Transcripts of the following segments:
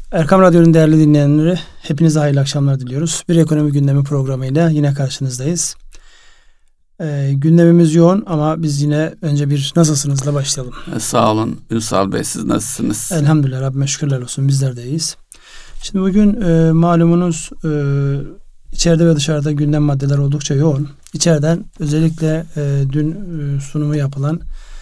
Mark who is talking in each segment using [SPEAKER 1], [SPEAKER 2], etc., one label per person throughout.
[SPEAKER 1] Erkam Radyo'nun değerli dinleyenleri, hepinize hayırlı akşamlar diliyoruz. Bir ekonomi gündemi programıyla yine karşınızdayız. Gündemimiz yoğun ama biz yine önce bir nasılsınızla başlayalım.
[SPEAKER 2] Sağ olun Ünsal Bey, siz nasılsınız?
[SPEAKER 1] Elhamdülillah, Rabbime şükürler olsun, bizler de iyiyiz. Şimdi bugün malumunuz içeride ve dışarıda gündem maddeler oldukça yoğun. İçeriden özellikle dün sunumu yapılan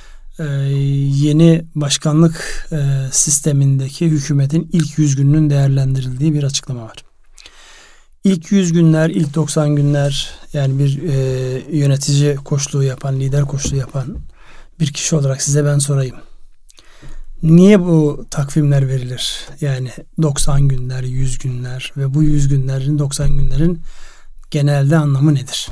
[SPEAKER 1] yeni başkanlık sistemindeki hükümetin ilk 100 gününün değerlendirildiği bir açıklama var. İlk 100 günler, ilk 90 günler, yani bir yönetici koçluğu yapan, lider koçluğu yapan bir kişi olarak size ben sorayım. Niye bu takvimler verilir? Yani 90 günler, 100 günler ve bu 100 günlerin, 90 günlerin genelde anlamı nedir?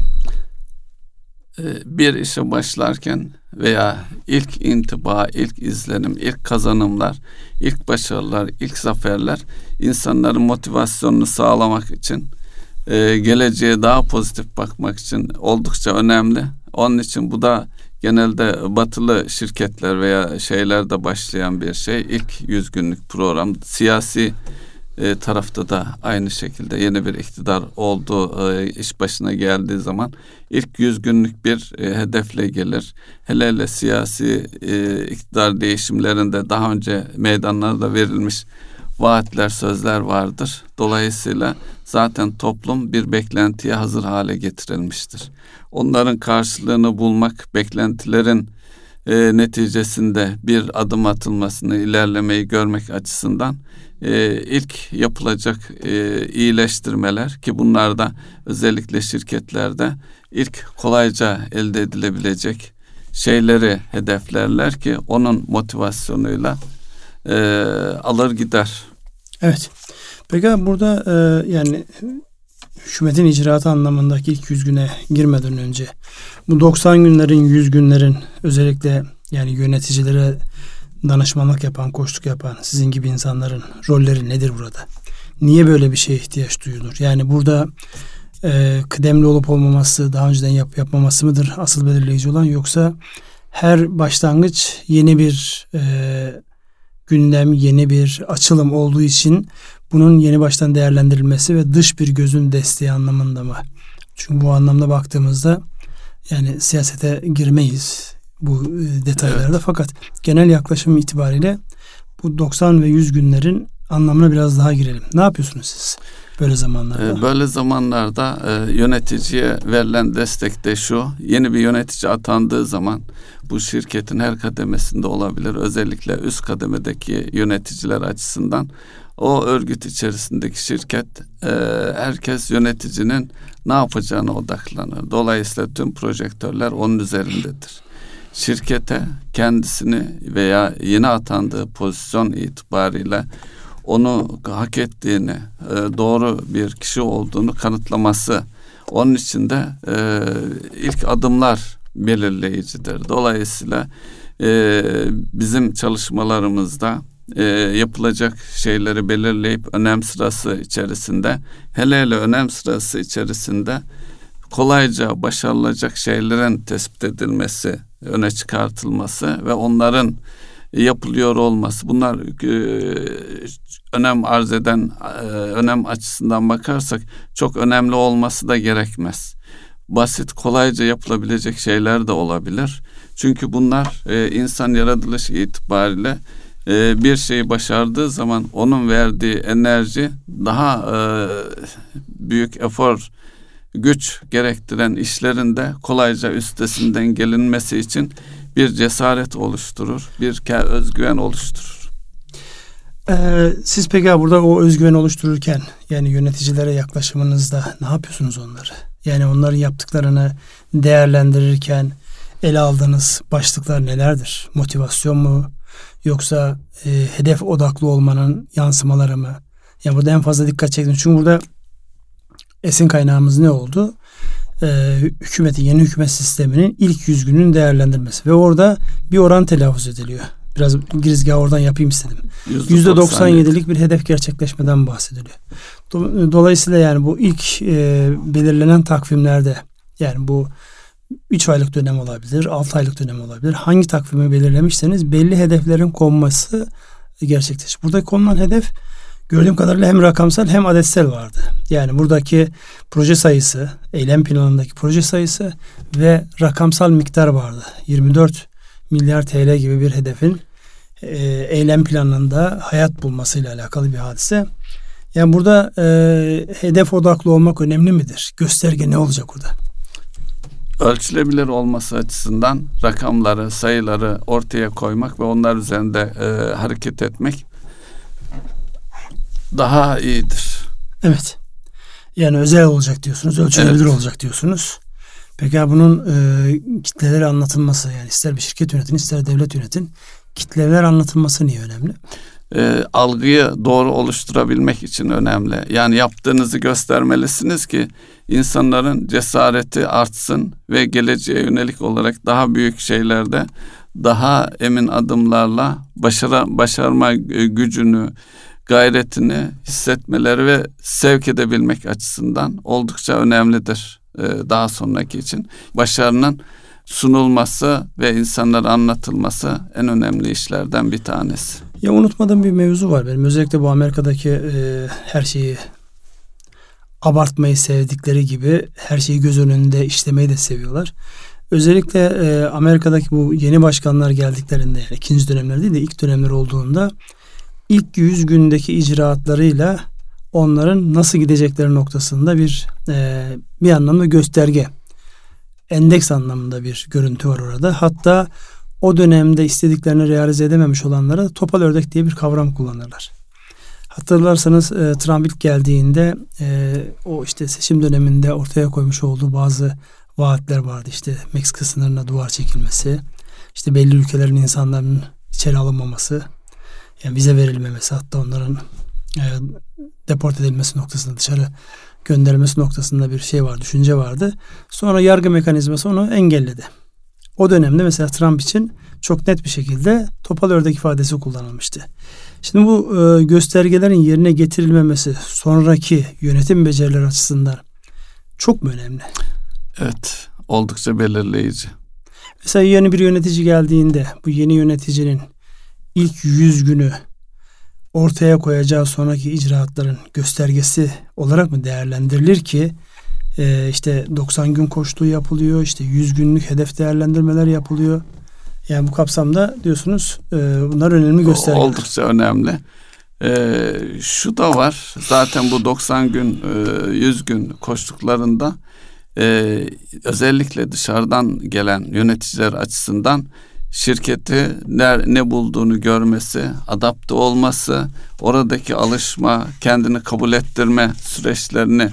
[SPEAKER 2] Bir işe başlarken veya ilk intiba, ilk izlenim, ilk kazanımlar, ilk başarılar, ilk zaferler insanların motivasyonunu sağlamak için, geleceğe daha pozitif bakmak için oldukça önemli. Onun için bu da genelde batılı şirketler veya şeylerde başlayan bir şey. İlk 100 günlük program. Siyasi tarafta da aynı şekilde yeni bir iktidar olduğu iş başına geldiği zaman ilk 100 günlük bir hedefle gelir. Hele hele siyasi iktidar değişimlerinde daha önce meydanlarda verilmiş vaatler, sözler vardır. Dolayısıyla zaten toplum bir beklentiye hazır hale getirilmiştir. Onların karşılığını bulmak, beklentilerin neticesinde bir adım atılmasını, ilerlemeyi görmek açısından ilk yapılacak iyileştirmeler, ki bunlar da özellikle şirketlerde ilk kolayca elde edilebilecek şeyleri hedeflerler ki onun motivasyonuyla alır gider.
[SPEAKER 1] Evet. Peki burada yani hükümetin icraatı anlamındaki ilk 100 güne girmeden önce bu 90 günlerin, 100 günlerin özellikle yani yöneticilere danışmanlık yapan, koçluk yapan sizin gibi insanların rolleri nedir burada? Niye böyle bir şeye ihtiyaç duyulur? Yani burada kıdemli olup olmaması, daha önceden yapmaması mıdır asıl belirleyici olan, yoksa her başlangıç yeni bir gündem, yeni bir açılım olduğu için bunun yeni baştan değerlendirilmesi ve dış bir gözün desteği anlamında mı? Çünkü bu anlamda baktığımızda yani siyasete girmeyiz bu detaylarda, evet. Fakat genel yaklaşım itibariyle bu 90 ve 100 günlerin anlamına biraz daha girelim. Ne yapıyorsunuz siz böyle zamanlarda?
[SPEAKER 2] Böyle zamanlarda yöneticiye verilen destek de şu: yeni bir yönetici atandığı zaman bu şirketin her kademesinde olabilir, özellikle üst kademedeki yöneticiler açısından o örgüt içerisindeki şirket, herkes yöneticinin ne yapacağına odaklanır. Dolayısıyla tüm projektörler onun üzerindedir. Şirkete kendisini veya yeni atandığı pozisyon itibariyle onu hak ettiğini, doğru bir kişi olduğunu kanıtlaması, onun için de ilk adımlar belirleyicidir. Dolayısıyla bizim çalışmalarımızda yapılacak şeyleri belirleyip önem sırası içerisinde, hele hele önem sırası içerisinde kolayca başarılacak şeylerin tespit edilmesi, öne çıkartılması ve onların yapılıyor olması, bunlar önem arz eden, önem açısından bakarsak çok önemli olması da gerekmez. Basit, kolayca yapılabilecek şeyler de olabilir. Çünkü bunlar insan yaratılışı itibariyle bir şeyi başardığı zaman onun verdiği enerji daha büyük efor, güç gerektiren işlerinde kolayca üstesinden gelinmesi için bir cesaret oluşturur, bir özgüven oluşturur.
[SPEAKER 1] Siz peki burada o özgüven oluştururken yani yöneticilere yaklaşımınızda ne yapıyorsunuz onları? Yani onların yaptıklarını değerlendirirken ele aldığınız başlıklar nelerdir? Motivasyon mu? Yoksa hedef odaklı olmanın yansımaları mı? Yani burada en fazla dikkat çektim. Çünkü burada esin kaynağımız ne oldu? Yeni hükümet sisteminin ilk 100 günün değerlendirmesi. Ve orada bir oran telaffuz ediliyor. Biraz girizgahı oradan yapayım istedim. %97'lik bir hedef gerçekleşmeden bahsediliyor. Dolayısıyla yani bu ilk belirlenen takvimlerde, yani bu 3 aylık dönem olabilir, 6 aylık dönem olabilir. Hangi takvimi belirlemişseniz belli hedeflerin konması gerçekleşir. Burada konulan hedef Gördüğüm kadarıyla hem rakamsal hem adetsel vardı. Yani buradaki proje sayısı, eylem planındaki proje sayısı ve rakamsal miktar vardı. 24 milyar TL gibi bir hedefin eylem planında hayat bulmasıyla alakalı bir hadise. Yani burada hedef odaklı olmak önemli midir? Gösterge ne olacak burada?
[SPEAKER 2] Ölçülebilir olması açısından rakamları, sayıları ortaya koymak ve onlar üzerinde hareket etmek daha iyidir.
[SPEAKER 1] Evet. Yani özel olacak diyorsunuz, ölçülebilir olacak diyorsunuz. Peki bunun kitlelere anlatılması, yani ister bir şirket yönetin, ister devlet yönetin, kitleler anlatılması niye önemli?
[SPEAKER 2] Algıyı doğru oluşturabilmek için önemli. Yani yaptığınızı göstermelisiniz ki insanların cesareti artsın ve geleceğe yönelik olarak daha büyük şeylerde daha emin adımlarla başarma gücünü, gayretini hissetmeleri ve sevk edebilmek açısından oldukça önemlidir daha sonraki için. Başarının sunulması ve insanlara anlatılması en önemli işlerden bir tanesi.
[SPEAKER 1] Ya unutmadığım bir mevzu var benim. Özellikle bu Amerika'daki her şeyi abartmayı sevdikleri gibi her şeyi göz önünde işlemeyi de seviyorlar. Özellikle Amerika'daki bu yeni başkanlar geldiklerinde, yani ikinci dönemler değil de ilk dönemler olduğunda ilk 100 gündeki icraatlarıyla onların nasıl gidecekleri noktasında bir anlamda gösterge, endeks anlamında bir görüntü var orada. Hatta o dönemde istediklerini realize edememiş olanlara topal ördek diye bir kavram kullanırlar. Hatırlarsanız Trump ilk geldiğinde o işte seçim döneminde ortaya koymuş olduğu bazı vaatler vardı. İşte Meksika sınırına duvar çekilmesi, işte belli ülkelerin insanların içeri alınmaması, yani vize verilmemesi, hatta onların deport edilmesi noktasında, dışarı gönderilmesi noktasında bir şey var, düşünce vardı. Sonra yargı mekanizması onu engelledi. O dönemde mesela Trump için çok net bir şekilde topal ördek ifadesi kullanılmıştı. Şimdi bu göstergelerin yerine getirilmemesi sonraki yönetim becerileri açısından çok mu önemli?
[SPEAKER 2] Evet, oldukça belirleyici.
[SPEAKER 1] Mesela yeni bir yönetici geldiğinde bu yeni yöneticinin ilk 100 günü ortaya koyacağı sonraki icraatların göstergesi olarak mı değerlendirilir ki işte 90 gün koçluğu yapılıyor, işte 100 günlük hedef değerlendirmeler yapılıyor. Yani bu kapsamda diyorsunuz bunlar önemli göstergeler.
[SPEAKER 2] Oldukça önemli. Şu da var, zaten bu 90 gün 100 gün koçluklarında özellikle dışarıdan gelen yöneticiler açısından şirketi ne bulduğunu görmesi, adapte olması, oradaki alışma, kendini kabul ettirme süreçlerini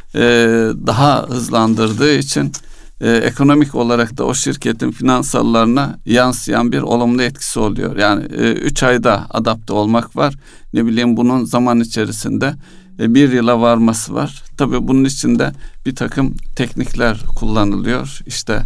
[SPEAKER 2] daha hızlandırdığı için ekonomik olarak da o şirketin finansallarına yansıyan bir olumlu etkisi oluyor. Yani 3 ayda adapte olmak var. Ne bileyim, bunun zaman içerisinde 1 yıla varması var. Tabii bunun için de bir takım teknikler kullanılıyor. İşte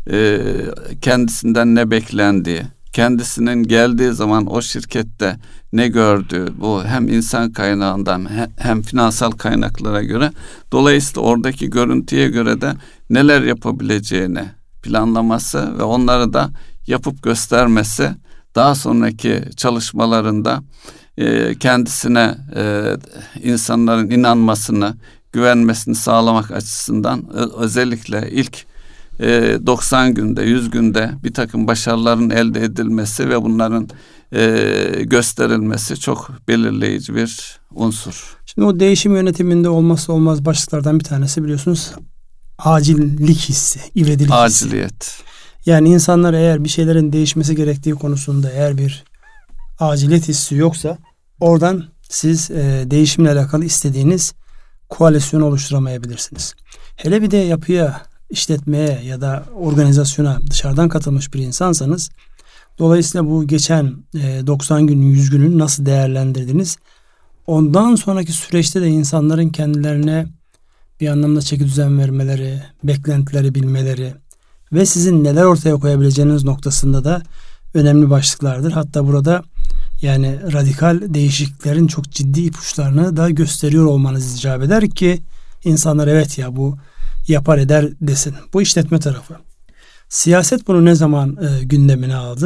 [SPEAKER 2] kendisinden ne beklendiği, kendisinin geldiği zaman o şirkette ne gördüğü, bu hem insan kaynağından hem finansal kaynaklara göre, dolayısıyla oradaki görüntüye göre de neler yapabileceğini planlaması ve onları da yapıp göstermesi, daha sonraki çalışmalarında kendisine insanların inanmasını, güvenmesini sağlamak açısından özellikle ilk 90 günde, 100 günde bir takım başarıların elde edilmesi ve bunların gösterilmesi çok belirleyici bir unsur.
[SPEAKER 1] Şimdi o değişim yönetiminde olmazsa olmaz başlıklardan bir tanesi biliyorsunuz acillik hissi, ivedilik hissi.
[SPEAKER 2] Aciliyet.
[SPEAKER 1] Yani insanlar eğer bir şeylerin değişmesi gerektiği konusunda eğer bir aciliyet hissi yoksa oradan siz değişimle alakalı istediğiniz koalisyonu oluşturamayabilirsiniz. Hele bir de yapıya, işletmeye ya da organizasyona dışarıdan katılmış bir insansanız, dolayısıyla bu geçen 90 günün 100 günün nasıl değerlendirdiniz? Ondan sonraki süreçte de insanların kendilerine bir anlamda çeki düzen vermeleri, beklentileri bilmeleri ve sizin neler ortaya koyabileceğiniz noktasında da önemli başlıklardır. Hatta burada yani radikal değişikliklerin çok ciddi ipuçlarını da gösteriyor olmanız icap eder ki insanlar evet ya bu yapar eder desin. Bu işletme tarafı. Siyaset bunu ne zaman gündemine aldı?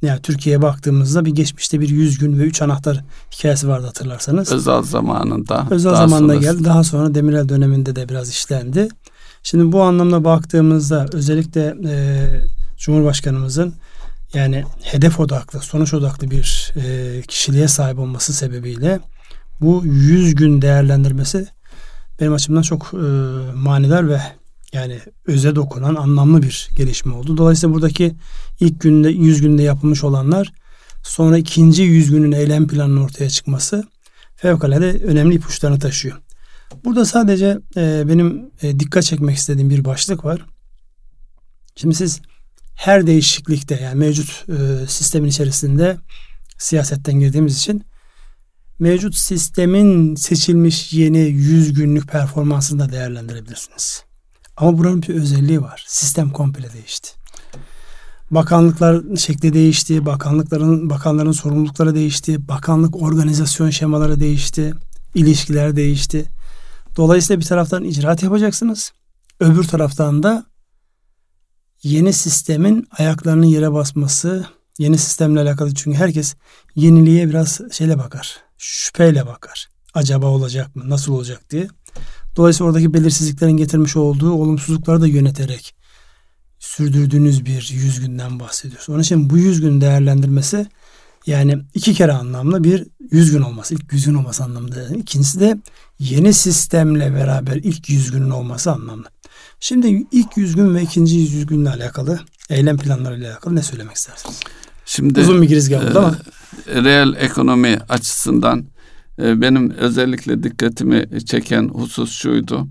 [SPEAKER 1] Yani Türkiye'ye baktığımızda bir geçmişte bir 100 gün ve 3 anahtar hikayesi vardı hatırlarsanız.
[SPEAKER 2] Özal zamanında.
[SPEAKER 1] Özal zamanında geldi. Daha sonra Demirel döneminde de biraz işlendi. Şimdi bu anlamda baktığımızda özellikle Cumhurbaşkanımızın yani hedef odaklı, sonuç odaklı bir kişiliğe sahip olması sebebiyle bu 100 gün değerlendirmesi benim açımdan çok manidar ve yani öze dokunan anlamlı bir gelişme oldu. Dolayısıyla buradaki ilk günde 100 günde yapılmış olanlar sonra ikinci 100 günün eylem planının ortaya çıkması fevkalade önemli ipuçlarını taşıyor. Burada sadece benim dikkat çekmek istediğim bir başlık var. Şimdi siz her değişiklikte yani mevcut sistemin içerisinde siyasetten girdiğimiz için mevcut sistemin seçilmiş yeni 100 günlük performansını da değerlendirebilirsiniz. Ama buranın bir özelliği var. Sistem komple değişti. Bakanlıklar şekli değişti. Bakanların sorumlulukları değişti. Bakanlık organizasyon şemaları değişti. İlişkiler değişti. Dolayısıyla bir taraftan icraat yapacaksınız. Öbür taraftan da yeni sistemin ayaklarının yere basması, yeni sistemle alakalı çünkü herkes yeniliğe biraz şeyle bakar. Şüpheyle bakar. Acaba olacak mı? Nasıl olacak diye. Dolayısıyla oradaki belirsizliklerin getirmiş olduğu olumsuzlukları da yöneterek sürdürdüğünüz bir 100 günden bahsediyoruz. Onun için bu 100 gün değerlendirmesi yani iki kere anlamlı, bir 100 gün olması, ilk 100 gün olması anlamında. İkincisi de yeni sistemle beraber ilk 100 günün olması anlamlı. Şimdi ilk 100 gün ve ikinci 100 günle alakalı, eylem planlarıyla alakalı ne söylemek istersiniz?
[SPEAKER 2] Şimdi
[SPEAKER 1] uzun bir girizgah oldu ama
[SPEAKER 2] reel ekonomi açısından benim özellikle dikkatimi çeken husus şuydu.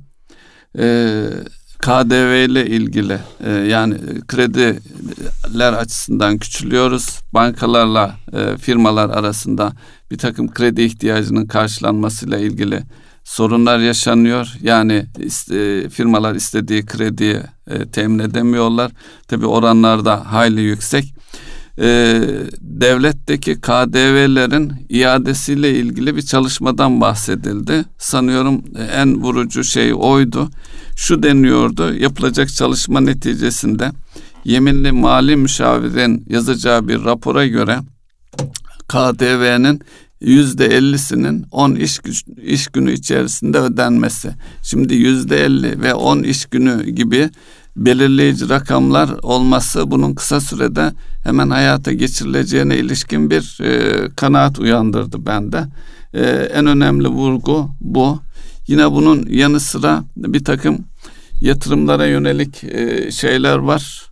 [SPEAKER 2] KDV ile ilgili yani krediler açısından küçülüyoruz. Bankalarla firmalar arasında bir takım kredi ihtiyacının karşılanmasıyla ilgili sorunlar yaşanıyor. Yani firmalar istediği krediyi temin edemiyorlar. Tabii oranlar da hayli yüksek. Devletteki KDV'lerin iadesiyle ilgili bir çalışmadan bahsedildi. Sanıyorum en vurucu şey oydu. Şu deniyordu, yapılacak çalışma neticesinde yeminli mali müşavirin yazacağı bir rapora göre KDV'nin %50'sinin 10 iş günü içerisinde ödenmesi. Şimdi %50 ve 10 iş günü gibi belirleyici rakamlar olması bunun kısa sürede hemen hayata geçirileceğine ilişkin bir kanaat uyandırdı bende. En önemli vurgu bu. Yine bunun yanı sıra bir takım yatırımlara yönelik şeyler var.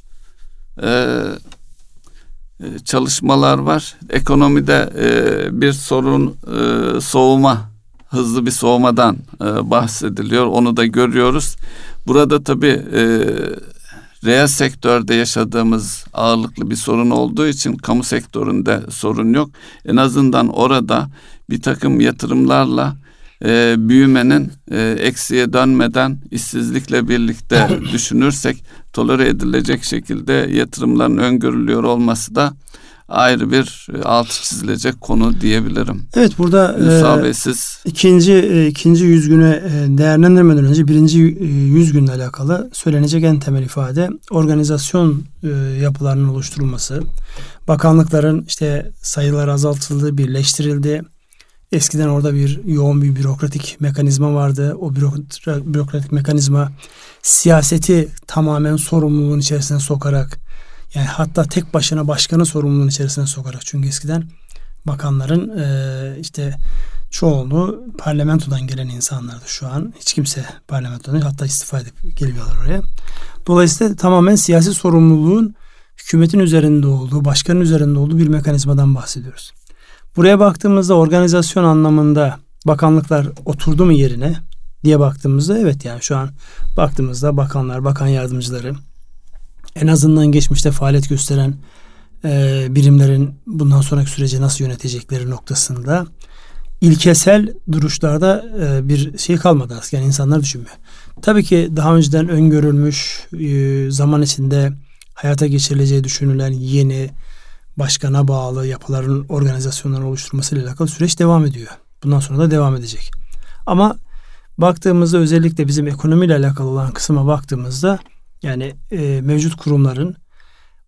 [SPEAKER 2] Çalışmalar var. Ekonomide bir sorun hızlı bir soğumadan bahsediliyor. Onu da görüyoruz. Burada tabii reel sektörde yaşadığımız ağırlıklı bir sorun olduğu için kamu sektöründe sorun yok. En azından orada bir takım yatırımlarla büyümenin eksiye dönmeden işsizlikle birlikte düşünürsek tolere edilecek şekilde yatırımların öngörülüyor olması da ayrı bir altı çizilecek konu diyebilirim.
[SPEAKER 1] Evet, burada
[SPEAKER 2] müsaadesiz
[SPEAKER 1] ikinci 100 güne değerlendirmeden önce birinci 100 günle alakalı söylenecek en temel ifade organizasyon yapılarının oluşturulması. Bakanlıkların işte sayıları azaltıldı, birleştirildi. Eskiden orada yoğun bir bürokratik mekanizma vardı. O bürokratik mekanizma siyaseti tamamen sorumluluğun içerisine sokarak, yani hatta tek başına başkanı sorumluluğun içerisine sokarak, çünkü eskiden bakanların işte çoğunluğu parlamentodan gelen insanlardı. Şu an hiç kimse parlamentodan, hatta istifa edip geliyorlar oraya. Dolayısıyla tamamen siyasi sorumluluğun hükümetin üzerinde olduğu, başkanın üzerinde olduğu bir mekanizmadan bahsediyoruz. Buraya baktığımızda organizasyon anlamında bakanlıklar oturdu mu yerine diye baktığımızda evet, yani şu an baktığımızda bakanlar, bakan yardımcıları, en azından geçmişte faaliyet gösteren birimlerin bundan sonraki süreci nasıl yönetecekleri noktasında ilkesel duruşlarda bir şey kalmadı aslında. Yani insanlar düşünmüyor. Tabii ki daha önceden öngörülmüş, zaman içinde hayata geçirileceği düşünülen yeni başkana bağlı yapıların, organizasyonların oluşturmasıyla alakalı süreç devam ediyor. Bundan sonra da devam edecek. Ama baktığımızda özellikle bizim ekonomiyle alakalı olan kısma baktığımızda yani mevcut kurumların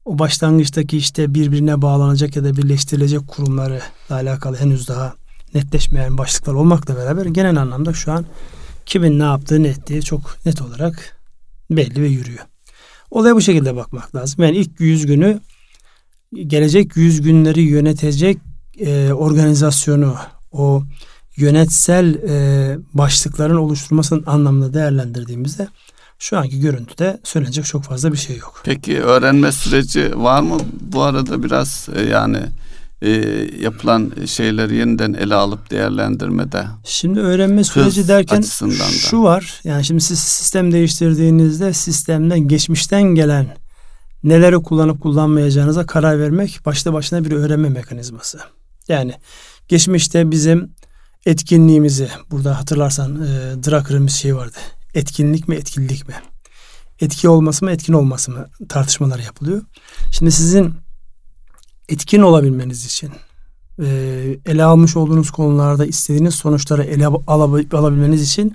[SPEAKER 1] o başlangıçtaki işte birbirine bağlanacak ya da birleştirilecek kurumlarla alakalı henüz daha netleşmeyen başlıklar olmakla beraber genel anlamda şu an kimin ne yaptığı, ne ettiği çok net olarak belli ve yürüyor. Olaya bu şekilde bakmak lazım. Yani ilk 100 günü, gelecek 100 günleri yönetecek organizasyonu, o yönetsel başlıkların oluşturmasının anlamında değerlendirdiğimizde şu anki görüntüde söylenecek çok fazla bir şey yok.
[SPEAKER 2] Peki öğrenme süreci var mı? Bu arada biraz yapılan şeyleri yeniden ele alıp değerlendirmede.
[SPEAKER 1] Şimdi öğrenme süreci derken şu
[SPEAKER 2] da
[SPEAKER 1] var. Yani şimdi siz sistem değiştirdiğinizde sistemden, geçmişten gelen neleri kullanıp kullanmayacağınıza karar vermek başlı başına bir öğrenme mekanizması. Yani geçmişte bizim etkinliğimizi, burada hatırlarsan Drucker'ın bir şey vardı. Etkinlik mi, etkinlik mi? Etki olması mı, etkin olması mı tartışmalar yapılıyor. Şimdi sizin etkin olabilmeniz için, ele almış olduğunuz konularda istediğiniz sonuçları ele alabilmeniz için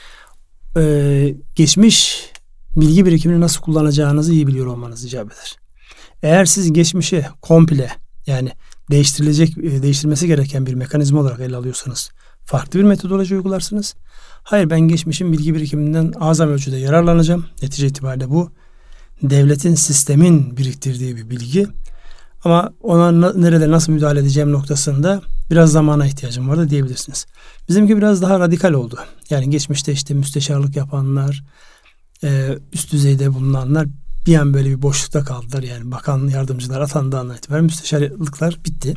[SPEAKER 1] geçmiş bilgi birikimini nasıl kullanacağınızı iyi biliyor olmanız icap eder. Eğer siz geçmişi komple, yani değiştirilmesi gereken bir mekanizma olarak ele alıyorsanız farklı bir metodoloji uygularsınız. Hayır, ben geçmişin bilgi birikiminden azam ölçüde yararlanacağım. Netice itibariyle bu devletin, sistemin biriktirdiği bir bilgi. Ama ona nerede nasıl müdahale edeceğim noktasında biraz zamana ihtiyacım var da diyebilirsiniz. Bizimki biraz daha radikal oldu. Yani geçmişte işte müsteşarlık yapanlar, üst düzeyde bulunanlar bir an böyle bir boşlukta kaldılar. Yani bakan yardımcılar atandığından itibaren müsteşarlıklar bitti.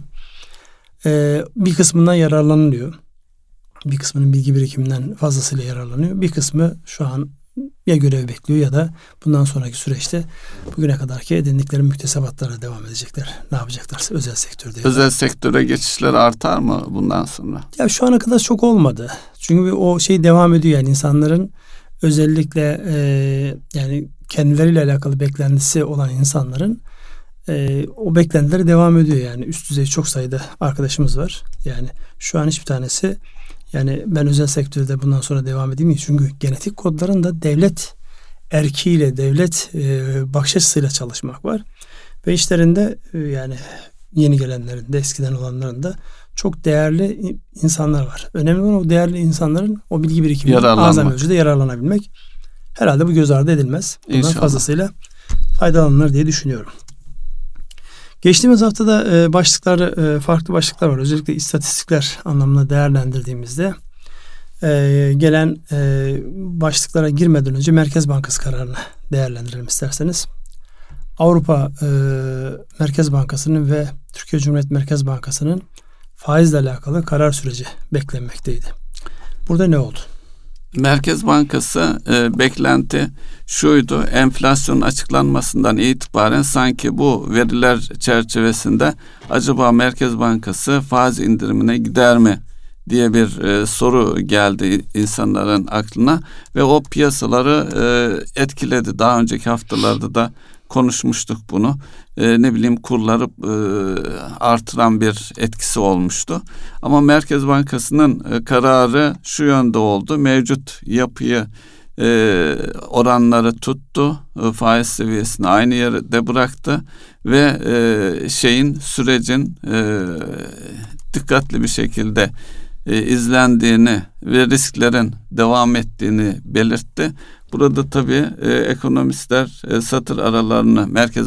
[SPEAKER 1] Bir kısmından yararlanılıyor. Bir kısmının bilgi birikiminden fazlasıyla yararlanıyor. Bir kısmı şu an ya görev bekliyor ya da bundan sonraki süreçte bugüne kadarki edindikleri müktesebatlara devam edecekler. Ne yapacaklarsa özel sektörde.
[SPEAKER 2] Özel sektöre geçişler artar mı bundan sonra?
[SPEAKER 1] Ya şu ana kadar çok olmadı. Çünkü o şey devam ediyor, yani insanların özellikle yani kendileriyle alakalı beklentisi olan insanların o beklentileri devam ediyor. Yani üst düzey çok sayıda arkadaşımız var. Yani şu an hiçbir tanesi, yani ben özel sektörde bundan sonra devam edeyim mi? Çünkü genetik kodların da devlet erkiyle, devlet bakış açısıyla çalışmak var. Ve işlerinde yani yeni gelenlerin de eskiden olanların da çok değerli insanlar var. Önemli olan o değerli insanların o bilgi birikiminden azam ölçüde yararlanabilmek. Herhalde bu göz ardı edilmez. Bundan İnşallah fazlasıyla faydalanılır diye düşünüyorum. Geçtiğimiz haftada farklı başlıklar var. Özellikle istatistikler anlamında değerlendirdiğimizde gelen başlıklara girmeden önce Merkez Bankası kararını değerlendirelim isterseniz. Avrupa Merkez Bankası'nın ve Türkiye Cumhuriyet Merkez Bankası'nın faizle alakalı karar süreci beklenmekteydi. Burada ne oldu?
[SPEAKER 2] Merkez Bankası beklenti şuydu: enflasyonun açıklanmasından itibaren sanki bu veriler çerçevesinde acaba Merkez Bankası faiz indirimine gider mi diye bir soru geldi insanların aklına ve o piyasaları etkiledi. Daha önceki haftalarda da konuşmuştuk bunu. Kurları artıran bir etkisi olmuştu. Ama Merkez Bankası'nın kararı şu yönde oldu: mevcut yapıyı, oranları tuttu, faiz seviyesini aynı yerde bıraktı ve sürecin dikkatli bir şekilde izlendiğini ve risklerin devam ettiğini belirtti. Burada tabii ekonomistler satır aralarını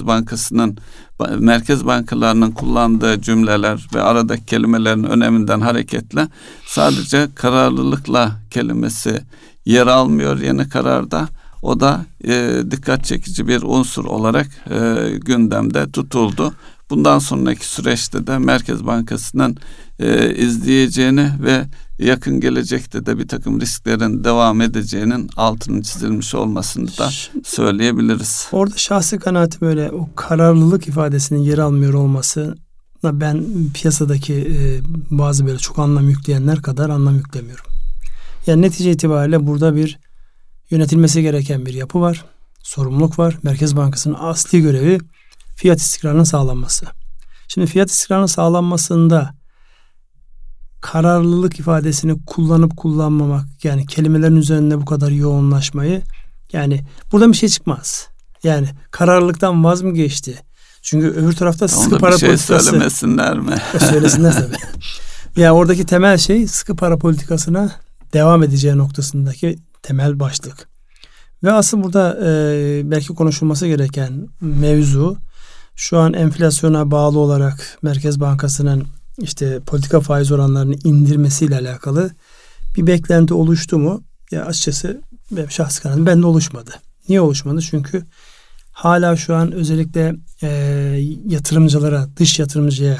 [SPEAKER 2] merkez bankalarının kullandığı cümleler ve aradaki kelimelerin öneminden hareketle sadece kararlılıkla kelimesi yer almıyor yeni kararda. O da dikkat çekici bir unsur olarak gündemde tutuldu. Bundan sonraki süreçte de Merkez Bankası'nın izleyeceğini ve yakın gelecekte de bir takım risklerin devam edeceğinin altının çizilmiş olmasını da söyleyebiliriz.
[SPEAKER 1] Orada şahsi kanaatim öyle, o kararlılık ifadesinin yer almıyor olması, ben piyasadaki bazı böyle çok anlam yükleyenler kadar anlam yüklemiyorum. Yani netice itibariyle burada bir yönetilmesi gereken bir yapı var, sorumluluk var. Merkez Bankası'nın asli görevi fiyat istikrarının sağlanması. Şimdi fiyat istikrarının sağlanmasında kararlılık ifadesini kullanıp kullanmamak, yani kelimelerin üzerinde bu kadar yoğunlaşmayı, yani buradan bir şey çıkmaz. Yani kararlılıktan vaz mı geçti? Çünkü öbür tarafta sıkı
[SPEAKER 2] Onda
[SPEAKER 1] para
[SPEAKER 2] bir şey
[SPEAKER 1] politikası.
[SPEAKER 2] söylemesinler mi?
[SPEAKER 1] Söylesinler tabii. Yani oradaki temel şey sıkı para politikasına devam edeceği noktasındaki temel başlık. Ve asıl burada belki konuşulması gereken mevzu, şu an enflasyona bağlı olarak Merkez Bankası'nın işte politika faiz oranlarını indirmesiyle alakalı bir beklenti oluştu mu? Ya açıkçası benim şahsi kanaatim bende oluşmadı. Niye oluşmadı? Çünkü hala şu an özellikle yatırımcılara, dış yatırımcıya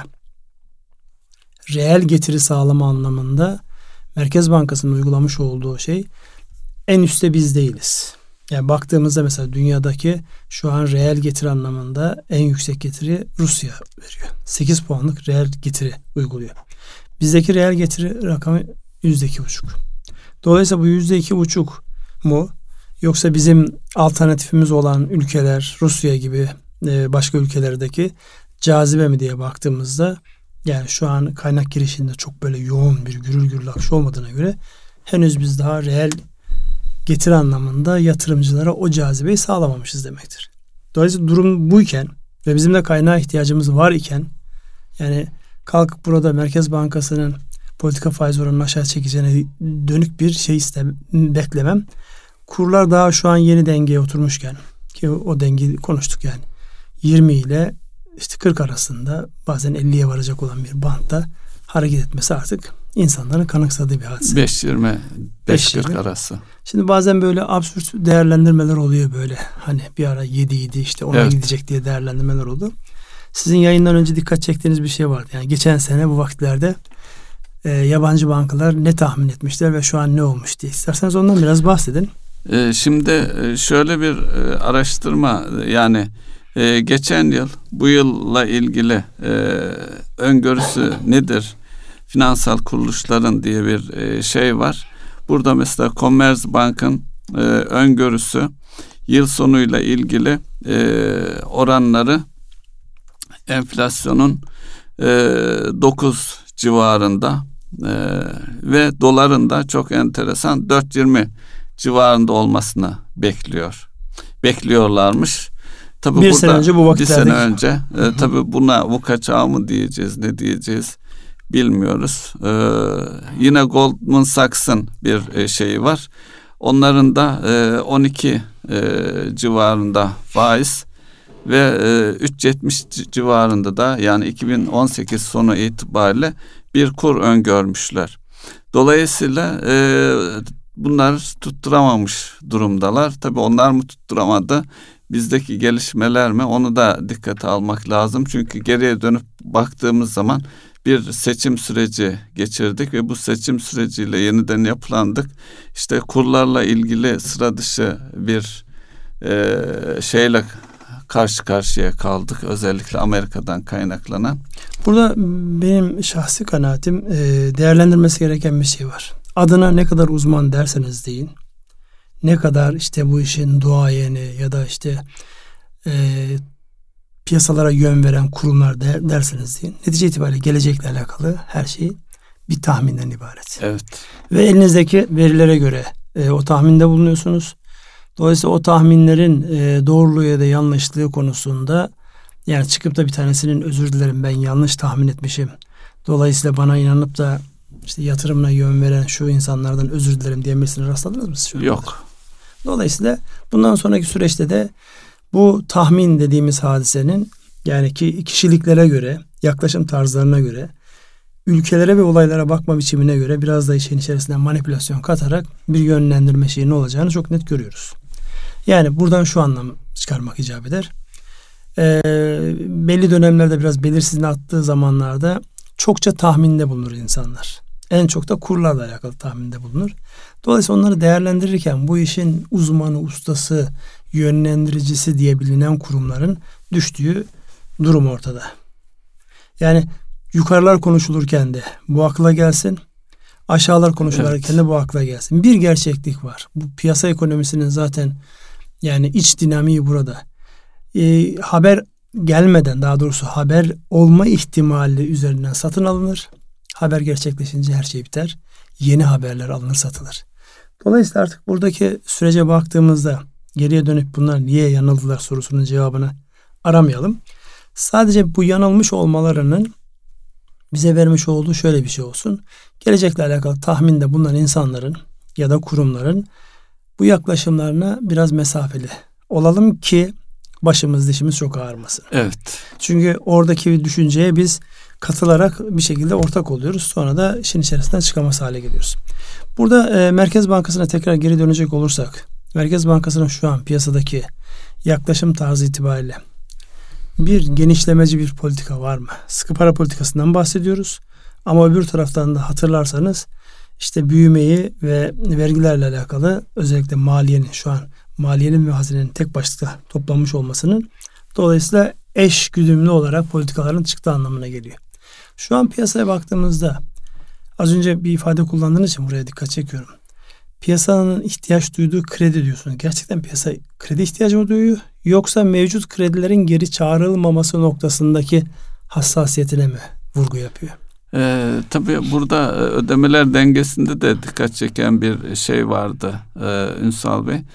[SPEAKER 1] reel getiri sağlama anlamında Merkez Bankası'nın uygulamış olduğu şey, en üstte biz değiliz. Yani baktığımızda mesela dünyadaki şu an reel getiri anlamında en yüksek getiri Rusya veriyor. 8 puanlık reel getiri uyguluyor. Bizdeki reel getiri rakamı %2,5. Dolayısıyla bu %2,5 mu, yoksa bizim alternatifimiz olan ülkeler, Rusya gibi başka ülkelerdeki cazibe mi diye baktığımızda, yani şu an kaynak girişinde çok böyle yoğun bir gürül gürül akış olmadığına göre henüz biz daha reel getiri anlamında yatırımcılara o cazibeyi sağlamamışız demektir. Dolayısıyla durum buyken ve bizim de kaynağa ihtiyacımız var iken, yani kalkıp burada Merkez Bankası'nın politika faiz oranını aşağı çekeceğine dönük bir şey beklemem. Kurlar daha şu an yeni dengeye oturmuşken, ki o dengeyi konuştuk yani, 20 ile işte 40 arasında, bazen 50'ye varacak olan bir bantta hareket etmesi artık insanların kanıksadığı bir hadise.
[SPEAKER 2] 5.20, 5.40 arası.
[SPEAKER 1] Şimdi bazen böyle absürt değerlendirmeler oluyor böyle. Hani bir ara 7'ydi işte ona gidecek diye değerlendirmeler oldu. Sizin yayından önce dikkat çektiğiniz bir şey vardı. Yani geçen sene bu vakitlerde yabancı bankalar ne tahmin etmişler ve şu an ne olmuş diye. İsterseniz ondan biraz bahsedin.
[SPEAKER 2] Şimdi şöyle bir araştırma, yani geçen yıl bu yılla ilgili öngörüsü nedir? Finansal kuruluşların diye bir şey var. Burada mesela Commerzbank'ın öngörüsü yıl sonuyla ilgili oranları enflasyonun 9 civarında ve doların da çok enteresan 4.20 civarında olmasını bekliyorlarmış. Tabii
[SPEAKER 1] bir sene önce bu vakitlerde.
[SPEAKER 2] Bir sene önce. Tabii buna bu kaçağı mı diyeceğiz, ne diyeceğiz bilmiyoruz. Yine Goldman Sachs'ın bir şeyi var. Onların da 12 civarında faiz ve 3.70 civarında da, yani 2018 sonu itibariyle bir kur öngörmüşler. Dolayısıyla bunlar tutturamamış durumdalar. Tabii onlar mı tutturamadı, bizdeki gelişmeler mi, onu da dikkate almak lazım. Çünkü geriye dönüp baktığımız zaman bir seçim süreci geçirdik ve bu seçim süreciyle yeniden yapılandık. İşte kurlarla ilgili sıra dışı bir şeyle karşı karşıya kaldık. Özellikle Amerika'dan kaynaklanan.
[SPEAKER 1] Burada benim şahsi kanaatim, değerlendirmesi gereken bir şey var. Adına ne kadar uzman derseniz deyin, ne kadar işte bu işin duayeni ya da işte piyasalara yön veren kurumlar derseniz deyin, netice itibariyle gelecekle alakalı her şey bir tahminden ibaret.
[SPEAKER 2] Evet.
[SPEAKER 1] Ve elinizdeki verilere göre o tahminde bulunuyorsunuz. Dolayısıyla o tahminlerin doğruluğu ya da yanlışlığı konusunda, yani çıkıp da bir tanesinin özür dilerim ben yanlış tahmin etmişim, dolayısıyla bana inanıp da işte yatırımına yön veren şu insanlardan özür dilerim diyemesine rastladınız mı siz?
[SPEAKER 2] Yok.
[SPEAKER 1] Dolayısıyla bundan sonraki süreçte de bu tahmin dediğimiz hadisenin, yani ki kişiliklere göre, yaklaşım tarzlarına göre, ülkelere ve olaylara bakma biçimine göre biraz da işin içerisinde manipülasyon katarak bir yönlendirme şeyi ne olacağını çok net görüyoruz. Yani buradan şu anlam çıkarmak icap eder. Belli dönemlerde biraz belirsizliğini attığı zamanlarda çokça tahminde bulunur insanlar. En çok da kurlarla alakalı tahminde bulunur. Dolayısıyla onları değerlendirirken bu işin uzmanı, ustası, yönlendiricisi diye bilinen kurumların düştüğü durum ortada. Yani yukarılar konuşulurken de bu akla gelsin, aşağılar konuşulurken de bu akla gelsin. Bir gerçeklik var. Bu piyasa ekonomisinin zaten yani iç dinamiği burada. Haber gelmeden, daha doğrusu haber olma ihtimali üzerinden satın alınır. Haber gerçekleşince her şey biter. Yeni haberler alınır, satılır. Dolayısıyla artık buradaki sürece baktığımızda geriye dönüp bunlar niye yanıldılar sorusunun cevabını aramayalım. Sadece bu yanılmış olmalarının bize vermiş olduğu şöyle bir şey olsun. Gelecekle alakalı tahminde bulunan insanların ya da kurumların bu yaklaşımlarına biraz mesafeli olalım ki başımız dişimiz çok ağrımasın.
[SPEAKER 2] Evet.
[SPEAKER 1] Çünkü oradaki bir düşünceye biz katılarak bir şekilde ortak oluyoruz. Sonra da işin içerisinden çıkamaz hale geliyoruz. Burada Merkez Bankası'na tekrar geri dönecek olursak, Merkez Bankası'nın şu an piyasadaki yaklaşım tarzı itibariyle bir genişlemeci bir politika var mı? Sıkı para politikasından bahsediyoruz. Ama öbür taraftan da hatırlarsanız işte büyümeyi ve vergilerle alakalı özellikle maliyenin şu an maliyenin ve hazinenin tek başlıkta toplanmış olmasının dolayısıyla eş güdümlü olarak politikaların çıktığı anlamına geliyor. Şu an piyasaya baktığımızda az önce bir ifade kullandığınız için buraya dikkat çekiyorum. Piyasanın ihtiyaç duyduğu kredi diyorsunuz. Gerçekten piyasa kredi ihtiyacı mı duyuyor? Yoksa mevcut kredilerin geri çağrılmaması noktasındaki hassasiyetine mi vurgu yapıyor?
[SPEAKER 2] Tabii burada ödemeler dengesinde de dikkat çeken bir şey vardı Ünsal Bey.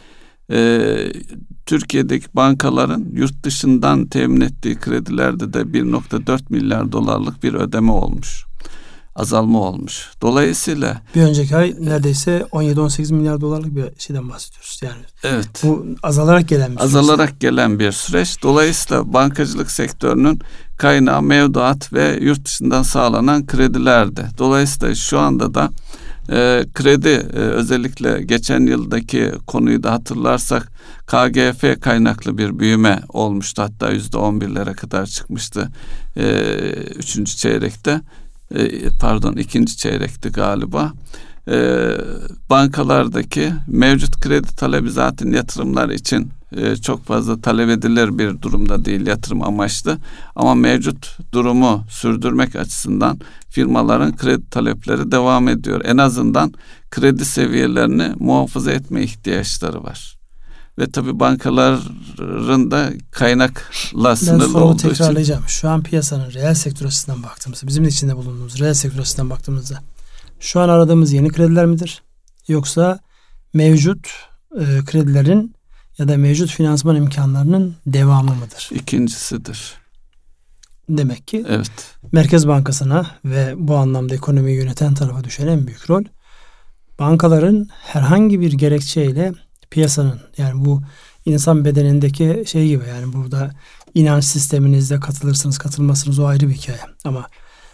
[SPEAKER 2] Türkiye'deki bankaların yurt dışından temin ettiği kredilerde de 1.4 milyar dolarlık bir ödeme olmuş. Azalma olmuş. Dolayısıyla
[SPEAKER 1] bir önceki ay neredeyse 17-18 milyar dolarlık bir şeyden bahsediyoruz. Yani
[SPEAKER 2] evet.
[SPEAKER 1] Bu azalarak gelen bir süreç.
[SPEAKER 2] Azalarak gelen bir süreç. Dolayısıyla bankacılık sektörünün kaynağı mevduat ve yurt dışından sağlanan kredilerdi. Dolayısıyla şu anda da kredi özellikle geçen yıldaki konuyu da hatırlarsak KGF kaynaklı bir büyüme olmuştu. Hatta %11'lere kadar çıkmıştı. 3. çeyrekte. İkinci çeyrekti galiba. Bankalardaki mevcut kredi talebi zaten yatırımlar için çok fazla talep edilir bir durumda değil, yatırım amaçlı. Ama mevcut durumu sürdürmek açısından firmaların kredi talepleri devam ediyor. En azından kredi seviyelerini muhafaza etme ihtiyaçları var. Ve tabii bankaların da kaynakla sınırlı olduğu için. Ben
[SPEAKER 1] tekrarlayacağım. Şu an piyasanın reel sektör açısından baktığımızda, bizim de içinde bulunduğumuz reel sektör açısından baktığımızda şu an aradığımız yeni krediler midir? Yoksa mevcut kredilerin ya da mevcut finansman imkanlarının devamı mıdır?
[SPEAKER 2] İkincisidir.
[SPEAKER 1] Demek ki
[SPEAKER 2] evet.
[SPEAKER 1] Merkez Bankası'na ve bu anlamda ekonomiyi yöneten tarafa düşen en büyük rol bankaların herhangi bir gerekçeyle piyasanın, yani bu insan bedenindeki şey gibi, yani burada inanç sisteminizde katılırsınız katılmazsınız o ayrı bir hikaye. Ama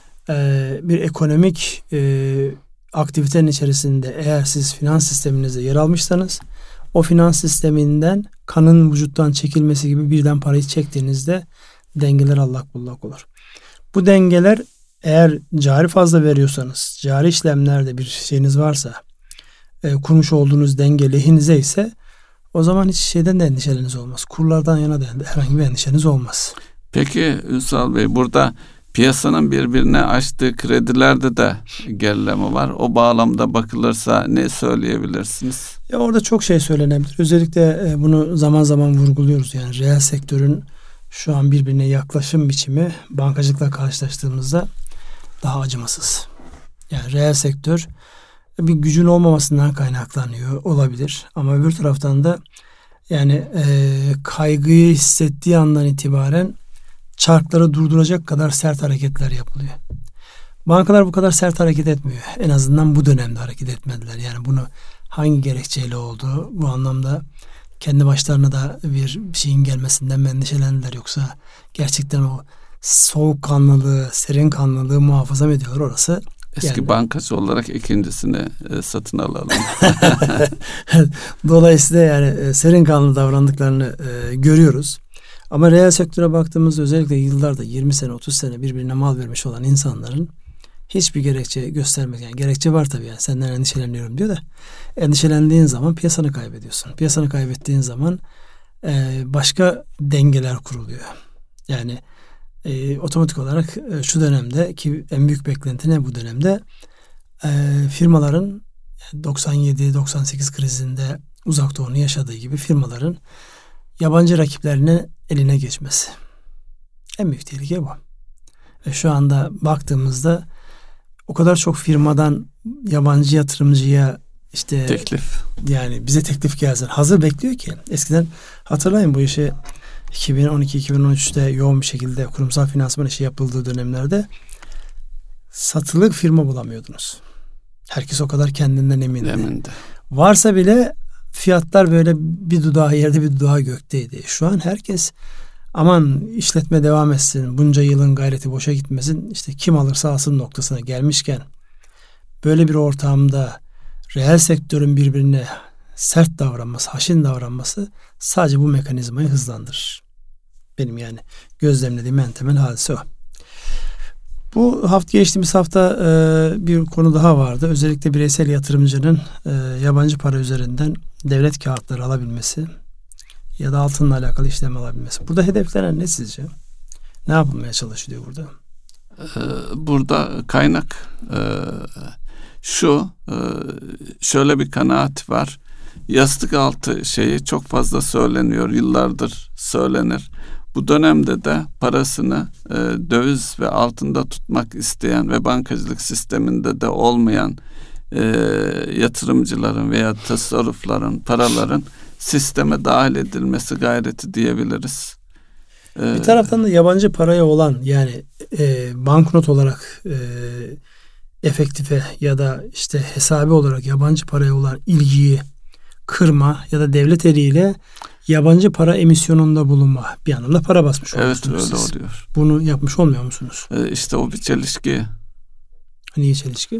[SPEAKER 1] bir ekonomik aktivitenin içerisinde eğer siz finans sisteminizde yer almışsanız o finans sisteminden kanın vücuttan çekilmesi gibi birden parayı çektiğinizde dengeler allak bullak olur. Bu dengeler eğer cari fazla veriyorsanız, cari işlemlerde bir şeyiniz varsa, kurmuş olduğunuz denge lehinize ise o zaman hiç şeyden de endişeleriniz olmaz. Kurlardan yana da herhangi bir endişeniz olmaz.
[SPEAKER 2] Peki Ünsal Bey, burada piyasanın birbirine açtığı kredilerde de gerileme var. O bağlamda bakılırsa ne söyleyebilirsiniz?
[SPEAKER 1] Ya orada çok şey söylenebilir. Özellikle bunu zaman zaman vurguluyoruz. Yani reel sektörün şu an birbirine yaklaşım biçimi bankacılıkla karşılaştığımızda daha acımasız. Yani reel sektör bir gücün olmamasından kaynaklanıyor olabilir. Ama öbür taraftan da yani kaygıyı hissettiği andan itibaren çarkları durduracak kadar sert hareketler yapılıyor. Bankalar bu kadar sert hareket etmiyor. En azından bu dönemde hareket etmediler. Yani bunu hangi gerekçeyle oldu? Bu anlamda kendi başlarına da bir şeyin gelmesinden mi endişelendiler, yoksa gerçekten o soğukkanlılığı, serin kanlılığı muhafaza mı ediyorlar orası?
[SPEAKER 2] Eski bankacı olarak ikincisini satın alalım.
[SPEAKER 1] Dolayısıyla yani serin kanlı davrandıklarını görüyoruz. Ama reel sektöre baktığımızda özellikle yıllarda 20 sene 30 sene birbirine mal vermiş olan insanların hiçbir gerekçe göstermek, yani gerekçe var tabii, yani senden endişeleniyorum diyor da endişelendiğin zaman piyasanı kaybediyorsun. Piyasanı kaybettiğin zaman başka dengeler kuruluyor. Yani otomatik olarak şu dönemde ki en büyük beklenti ne bu dönemde? Firmaların 97-98 krizinde Uzak Doğu'nun yaşadığı gibi firmaların yabancı rakiplerine eline geçmesi. En büyük tehlike bu. Ve şu anda baktığımızda o kadar çok firmadan yabancı yatırımcıya işte
[SPEAKER 2] teklif,
[SPEAKER 1] yani bize teklif gelsin hazır bekliyor ki. Eskiden hatırlayın bu işi 2012-2013'te yoğun bir şekilde kurumsal finansman işi yapıldığı dönemlerde satılık firma bulamıyordunuz. Herkes o kadar kendinden emindi. Varsa bile fiyatlar böyle bir dudağı yerde bir dudağı gökteydi. Şu an herkes aman işletme devam etsin, bunca yılın gayreti boşa gitmesin, işte kim alırsa alsın noktasına gelmişken böyle bir ortamda reel sektörün birbirine sert davranması, haşin davranması sadece bu mekanizmayı hızlandırır. Benim yani gözlemlediğim en temel hadise o. Bu geçtiğimiz hafta bir konu daha vardı. Özellikle bireysel yatırımcının yabancı para üzerinden devlet kağıtları alabilmesi ya da altınla alakalı işlem alabilmesi. Burada hedeflenen ne sizce? Ne yapılmaya çalışılıyor burada?
[SPEAKER 2] Burada kaynak şöyle bir kanaat var. Yastık altı şeyi çok fazla söyleniyor. Yıllardır söylenir. Bu dönemde de parasını döviz ve altında tutmak isteyen ve bankacılık sisteminde de olmayan yatırımcıların veya tasarrufların, paraların sisteme dahil edilmesi gayreti diyebiliriz.
[SPEAKER 1] Bir taraftan da yabancı paraya olan yani banknot olarak efektife ya da işte hesabi olarak yabancı paraya olan ilgiyi kırma ya da devlet eliyle yabancı para emisyonunda bulunma bir anlamda para basmış oluyorsunuz.
[SPEAKER 2] Evet, öyle
[SPEAKER 1] siz.
[SPEAKER 2] oluyor.
[SPEAKER 1] Bunu yapmış olmuyor musunuz?
[SPEAKER 2] İşte o bir çelişki.
[SPEAKER 1] Niye çelişki?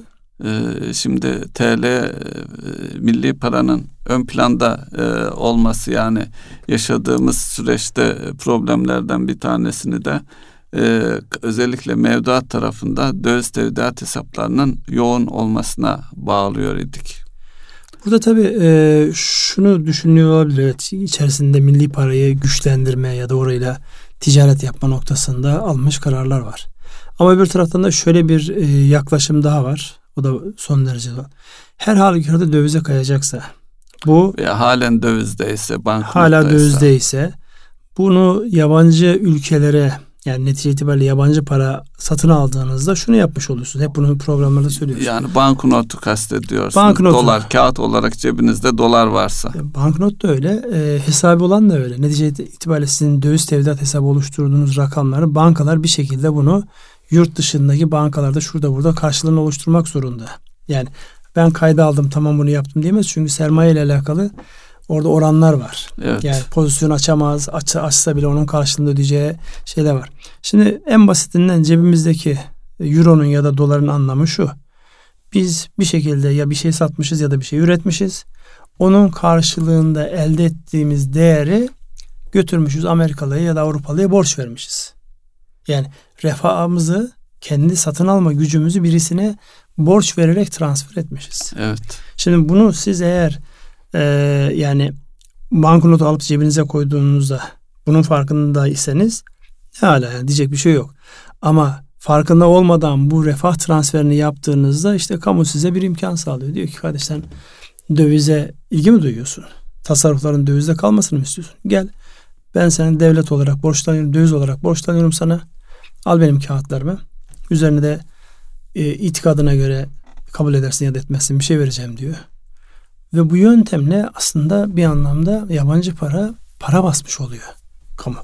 [SPEAKER 2] Şimdi TL milli paranın ön planda olması yani yaşadığımız süreçte problemlerden bir tanesini de özellikle mevduat tarafında döviz tevdiat hesaplarının yoğun olmasına bağlıyor idik.
[SPEAKER 1] Burada tabii şunu düşünüyor olabilir. Evet, içerisinde milli parayı güçlendirme ya da orayla ticaret yapma noktasında almış kararlar var. Ama öbür taraftan da şöyle bir yaklaşım daha var. O da son derece doğru. Her halükarda dövize kayacaksa bu
[SPEAKER 2] veya halen dövizdeyse,
[SPEAKER 1] hala dövizdeyse bunu yabancı ülkelere yani netice itibariyle yabancı para satın aldığınızda şunu yapmış oluyorsunuz. Hep bunu programlarda söylüyorsunuz.
[SPEAKER 2] Yani banknotu kastediyorsunuz.
[SPEAKER 1] Banknotu.
[SPEAKER 2] Dolar, kağıt olarak cebinizde dolar varsa.
[SPEAKER 1] Banknot da öyle. Hesabı olan da öyle. Netice itibariyle sizin döviz tevdiat hesabı oluşturduğunuz rakamları bankalar bir şekilde bunu yurt dışındaki bankalarda şurada burada karşılığını oluşturmak zorunda. Yani ben kayda aldım tamam bunu yaptım diyemez. Çünkü sermaye ile alakalı orada oranlar var.
[SPEAKER 2] Evet.
[SPEAKER 1] Yani pozisyon açamaz. Açsa bile onun karşılığında ödeyeceği şeyler var. Şimdi en basitinden cebimizdeki euronun ya da doların anlamı şu. Biz bir şekilde ya bir şey satmışız ya da bir şey üretmişiz. Onun karşılığında elde ettiğimiz değeri götürmüşüz Amerikalı'ya ya da Avrupalı'ya borç vermişiz. Yani refahımızı, kendi satın alma gücümüzü birisine borç vererek transfer etmişiz.
[SPEAKER 2] Evet.
[SPEAKER 1] Şimdi bunu siz eğer yani banknotu alıp cebinize koyduğunuzda bunun farkındaysanız hala yani diyecek bir şey yok. Ama farkında olmadan bu refah transferini yaptığınızda işte kamu size bir imkan sağlıyor. Diyor ki kardeş sen dövize ilgi mi duyuyorsun? Tasarrufların dövizde kalmasını mı istiyorsun? Gel ben senin devlet olarak borçlanıyorum, döviz olarak borçlanıyorum sana. Al benim kağıtlarımı. Üzerine de itikadına göre kabul edersin ya da etmezsin bir şey vereceğim diyor. Ve bu yöntemle aslında bir anlamda yabancı para basmış oluyor kamu.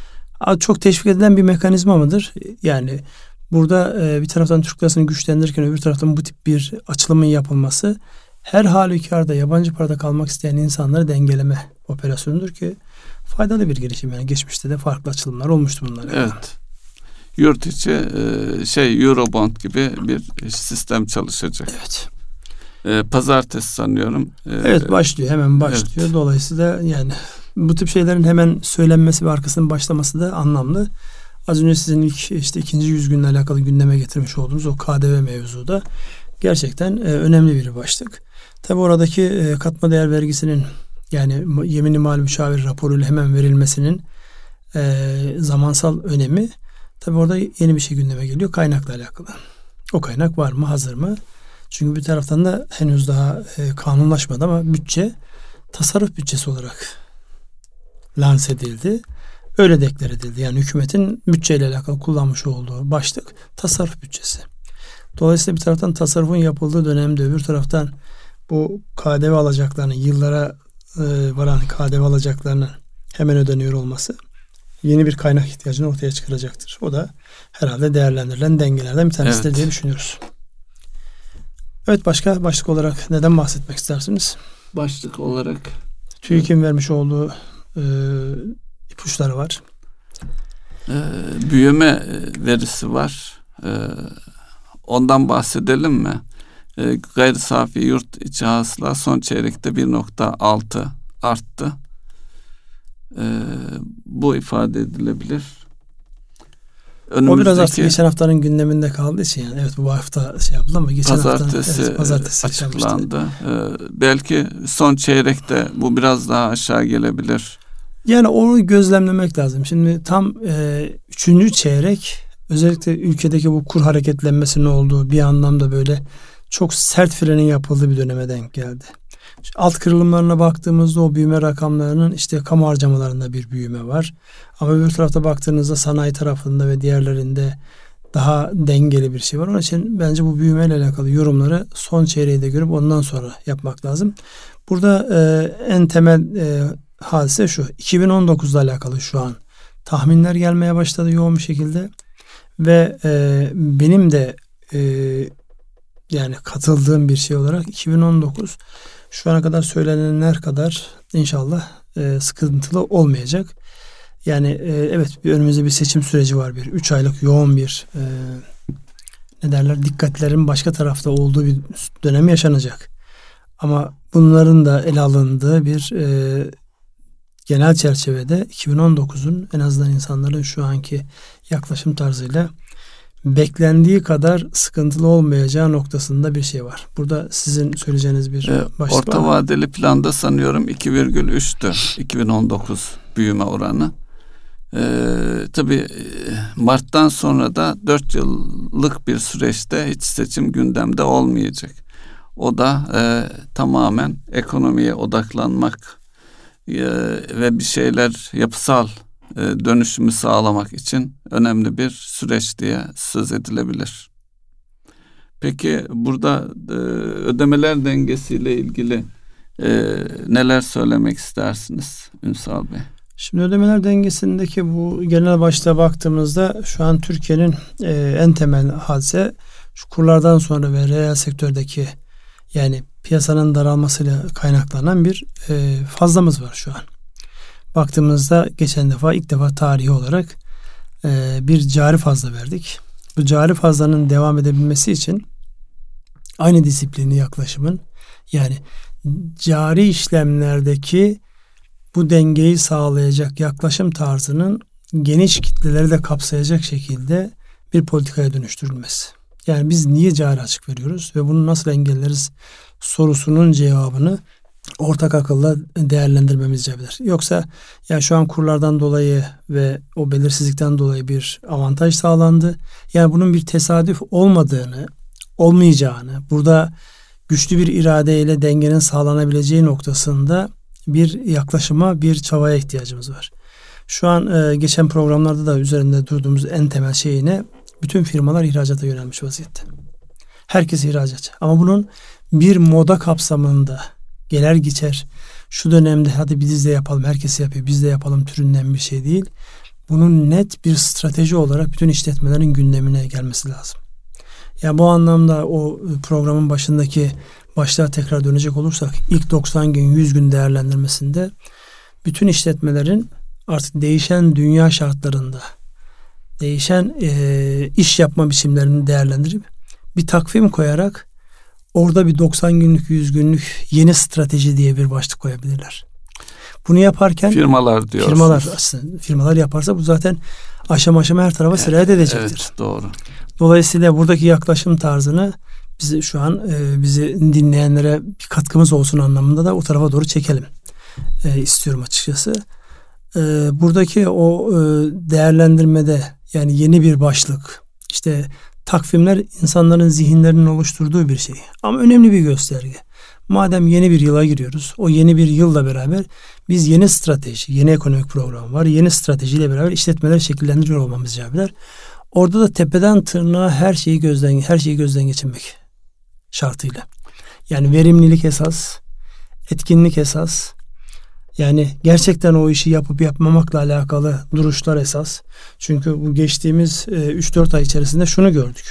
[SPEAKER 1] Çok teşvik edilen bir mekanizma mıdır? Yani burada bir taraftan Türk lirasını güçlendirirken öbür taraftan bu tip bir açılımın yapılması her halükarda yabancı parada kalmak isteyen insanları dengeleme operasyonudur ki faydalı bir girişim. Yani geçmişte de farklı açılımlar olmuştu bunlar.
[SPEAKER 2] Evet. Yani. Yurt içi Eurobond gibi bir sistem çalışacak.
[SPEAKER 1] Evet.
[SPEAKER 2] Pazartesi sanıyorum.
[SPEAKER 1] Evet başlıyor. Hemen başlıyor. Evet. Dolayısıyla yani bu tip şeylerin hemen söylenmesi ve arkasının başlaması da anlamlı. Az önce sizin ikinci 100 günle alakalı gündeme getirmiş olduğunuz o KDV mevzu da gerçekten önemli bir başlık. Tabi oradaki katma değer vergisinin yani yeminli mal müşavir raporuyla hemen verilmesinin zamansal önemi tabi orada yeni bir şey gündeme geliyor. Kaynakla alakalı. O kaynak var mı? Hazır mı? Çünkü bir taraftan da henüz daha kanunlaşmadı ama bütçe tasarruf bütçesi olarak lanse edildi. Öyle deklar edildi. Yani hükümetin bütçeyle alakalı kullanmış olduğu başlık tasarruf bütçesi. Dolayısıyla bir taraftan tasarrufun yapıldığı dönemde öbür taraftan bu KDV alacaklarının yıllara varan KDV alacaklarının hemen ödeniyor olması yeni bir kaynak ihtiyacını ortaya çıkaracaktır. O da herhalde değerlendirilen dengelerden bir tanesidir diye düşünüyoruz. Evet, başka başlık olarak neden bahsetmek istersiniz?
[SPEAKER 2] Başlık olarak
[SPEAKER 1] TÜİK'in vermiş olduğu ipuçları var.
[SPEAKER 2] Büyüme verisi var. Ondan bahsedelim mi? Gayri safi yurt içi hasıla son çeyrekte 1.6 arttı. Bu ifade edilebilir.
[SPEAKER 1] O biraz artık geçen haftanın gündeminde kaldığı için yani evet bu hafta yapıldı ama geçen pazartesi
[SPEAKER 2] açıklandı. Belki son çeyrekte bu biraz daha aşağı gelebilir.
[SPEAKER 1] Yani onu gözlemlemek lazım. Şimdi tam 3. çeyrek özellikle ülkedeki bu kur hareketlenmesinin olduğu bir anlamda böyle çok sert frenin yapıldığı bir döneme denk geldi. Alt kırılımlarına baktığımızda o büyüme rakamlarının işte kamu harcamalarında bir büyüme var. Ama öbür tarafta baktığınızda sanayi tarafında ve diğerlerinde daha dengeli bir şey var. Onun için bence bu büyümeyle alakalı yorumları son çeyreği de görüp ondan sonra yapmak lazım. Burada en temel hadise şu. 2019'la alakalı şu an tahminler gelmeye başladı yoğun bir şekilde. Ve benim de yani katıldığım bir şey olarak 2019 şu ana kadar söylenenler kadar inşallah sıkıntılı olmayacak. Yani evet önümüzde bir seçim süreci var. 3 aylık yoğun bir dikkatlerin başka tarafta olduğu bir dönem yaşanacak. Ama bunların da ele alındığı bir genel çerçevede 2019'un en azından insanların şu anki yaklaşım tarzıyla beklendiği kadar sıkıntılı olmayacağı noktasında bir şey var. Burada sizin söyleyeceğiniz bir başlık var.
[SPEAKER 2] Orta vadeli planda sanıyorum 2,3'tü 2019 büyüme oranı. Tabii Mart'tan sonra da 4 yıllık bir süreçte hiç seçim gündemde olmayacak. O da tamamen ekonomiye odaklanmak ve bir şeyler yapısal dönüşümü sağlamak için önemli bir süreç diye söz edilebilir. Peki burada ödemeler dengesiyle ilgili neler söylemek istersiniz Ünsal Bey?
[SPEAKER 1] Şimdi ödemeler dengesindeki bu genel başta baktığımızda şu an Türkiye'nin en temel hadise şu kurlardan sonra ve reel sektördeki yani piyasanın daralmasıyla kaynaklanan bir fazlamız var şu an. Baktığımızda geçen defa ilk defa tarihi olarak bir cari fazla verdik. Bu cari fazlanın devam edebilmesi için aynı disiplini yaklaşımın yani cari işlemlerdeki bu dengeyi sağlayacak yaklaşım tarzının geniş kitleleri de kapsayacak şekilde bir politikaya dönüştürülmesi. Yani biz niye cari açık veriyoruz ve bunu nasıl engelleriz sorusunun cevabını ortak akılla değerlendirmemiz icap. Yoksa ya şu an kurlardan dolayı ve o belirsizlikten dolayı bir avantaj sağlandı. Yani bunun bir tesadüf olmayacağını, burada güçlü bir iradeyle dengenin sağlanabileceği noktasında bir yaklaşıma, bir çabaya ihtiyacımız var. Şu an geçen programlarda da üzerinde durduğumuz en temel şey ne? Bütün firmalar ihracata yönelmiş vaziyette. Herkes ihracatçı. Ama bunun bir moda kapsamında gelir geçer şu dönemde hadi biz de yapalım, herkes yapıyor, biz de yapalım türünden bir şey değil. Bunun net bir strateji olarak bütün işletmelerin gündemine gelmesi lazım. Yani bu anlamda o programın başındaki başlığa tekrar dönecek olursak ilk 90 gün 100 gün değerlendirmesinde bütün işletmelerin artık değişen dünya şartlarında değişen iş yapma biçimlerini değerlendirip bir takvim koyarak orada bir 90 günlük 100 günlük yeni strateji diye bir başlık koyabilirler. Bunu yaparken firmalar yaparsa bu zaten aşama aşama her tarafa sirayet edecektir.
[SPEAKER 2] Evet, doğru.
[SPEAKER 1] Dolayısıyla buradaki yaklaşım tarzını bizi şu an bizi dinleyenlere bir katkımız olsun anlamında da o tarafa doğru çekelim istiyorum açıkçası. Buradaki o değerlendirmede yani yeni bir başlık işte takvimler insanların zihinlerinin oluşturduğu bir şey ama önemli bir gösterge. Madem yeni bir yıla giriyoruz o yeni bir yılla beraber biz yeni strateji, yeni ekonomik program var. Yeni stratejiyle beraber işletmeleri şekillendiriyor olmamız icap eder. Orada da tepeden tırnağa her şeyi gözden geçirmek şartıyla. Yani verimlilik esas, etkinlik esas. Yani gerçekten o işi yapıp yapmamakla alakalı duruşlar esas. Çünkü bu geçtiğimiz 3-4 ay içerisinde şunu gördük.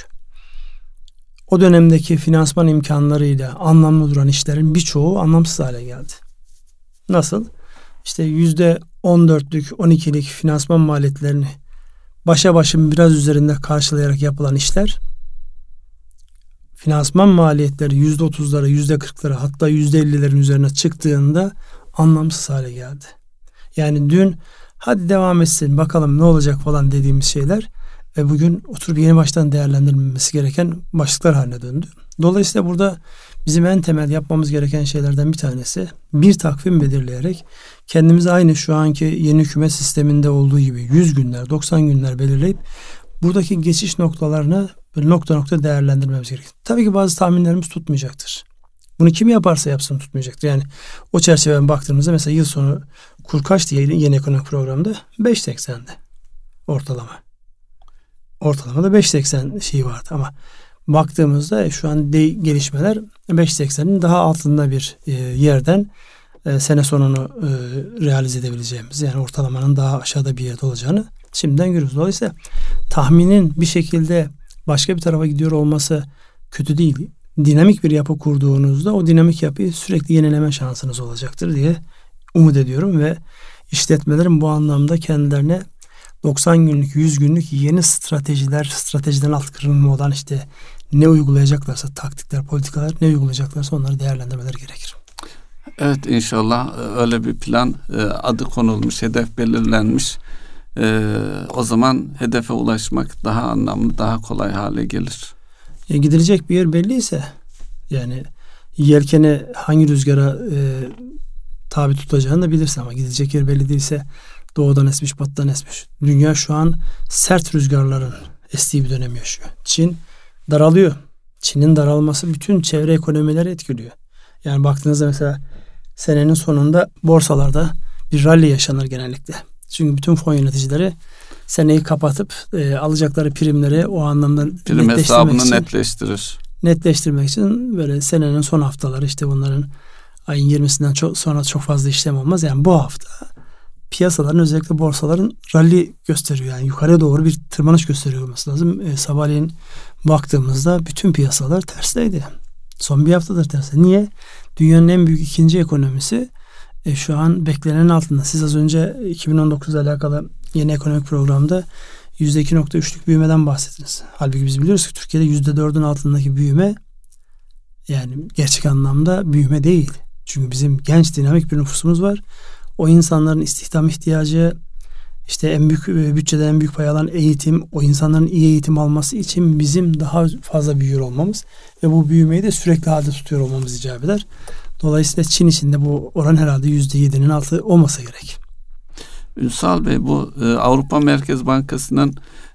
[SPEAKER 1] O dönemdeki finansman imkanlarıyla anlamlı duran işlerin birçoğu anlamsız hale geldi. Nasıl? İşte %14'lük, 12'lik finansman maliyetlerini başa başın biraz üzerinde karşılayarak yapılan işler, finansman maliyetleri %30'lara, %40'lara, hatta %50'lerin üzerine çıktığında anlamsız hale geldi. Yani dün hadi devam etsin bakalım ne olacak falan dediğimiz şeyler bugün oturup yeni baştan değerlendirilmesi gereken başlıklar haline döndü. Dolayısıyla burada bizim en temel yapmamız gereken şeylerden bir tanesi, bir takvim belirleyerek kendimizi aynı şu anki yeni hükümet sisteminde olduğu gibi 100 günler, 90 günler belirleyip buradaki geçiş noktalarını böyle nokta nokta değerlendirmemiz gerekir. Tabii ki bazı tahminlerimiz tutmayacaktır. Bunu kim yaparsa yapsın tutmayacaktır. Yani o çerçeveden baktığımızda mesela yıl sonu kur kaçtı yeni ekonomik programda? 5.80'di ortalama. Ortalamada 5.80 şeyi vardı ama baktığımızda şu an gelişmeler 5.80'in daha altında bir yerden sene sonunu realize edebileceğimiz, yani ortalamanın daha aşağıda bir yerde olacağını şimdiden görüyoruz. Dolayısıyla tahminin bir şekilde başka bir tarafa gidiyor olması kötü değil. Dinamik bir yapı kurduğunuzda o dinamik yapıyı sürekli yenileme şansınız olacaktır diye umut ediyorum ve işletmelerin bu anlamda kendilerine 90 günlük, 100 günlük yeni stratejiden alt kırılma olan işte ne uygulayacaklarsa, taktikler, politikalar ne uygulayacaklarsa onları değerlendirmeleri gerekir.
[SPEAKER 2] Evet, inşallah öyle bir plan adı konulmuş, hedef belirlenmiş. O zaman hedefe ulaşmak daha anlamlı, daha kolay hale gelir.
[SPEAKER 1] Gidilecek bir yer belliyse, yani yelkeni hangi rüzgara tabi tutacağını da bilirsin ama gidecek yer belli değilse doğudan esmiş, batıdan esmiş. Dünya şu an sert rüzgarların estiği bir dönem yaşıyor. Çin daralıyor. Çin'in daralması bütün çevre ekonomileri etkiliyor. Yani baktığınızda mesela senenin sonunda borsalarda bir rally yaşanır genellikle. Çünkü bütün fon yöneticileri seneyi kapatıp alacakları primleri o anlamda
[SPEAKER 2] prim hesabını
[SPEAKER 1] netleştirmek için böyle senenin son haftaları, işte bunların ayın 20'sinden sonra çok fazla işlem olmaz. Yani bu hafta piyasaların, özellikle borsaların rally gösteriyor. Yani yukarıya doğru bir tırmanış gösteriyor olması lazım. Sabahleyin baktığımızda bütün piyasalar tersteydi. Son bir haftadır terste. Niye? Dünyanın en büyük ikinci ekonomisi şu an beklenenin altında. Siz az önce 2019 ile alakalı yeni ekonomik programda %2.3'lük büyümeden bahsettiniz. Halbuki biz biliyoruz ki Türkiye'de %4'ün altındaki büyüme, yani gerçek anlamda büyüme değil. Çünkü bizim genç, dinamik bir nüfusumuz var. O insanların istihdam ihtiyacı, işte en büyük bütçeden en büyük pay alan eğitim, o insanların iyi eğitim alması için bizim daha fazla büyüyor olmamız ve bu büyümeyi de sürekli halde tutuyor olmamız icap eder. Dolayısıyla Çin içinde bu oran herhalde %7'nin altı olmasa gerek.
[SPEAKER 2] Ünsal Bey, bu Avrupa Merkez Bankası'nın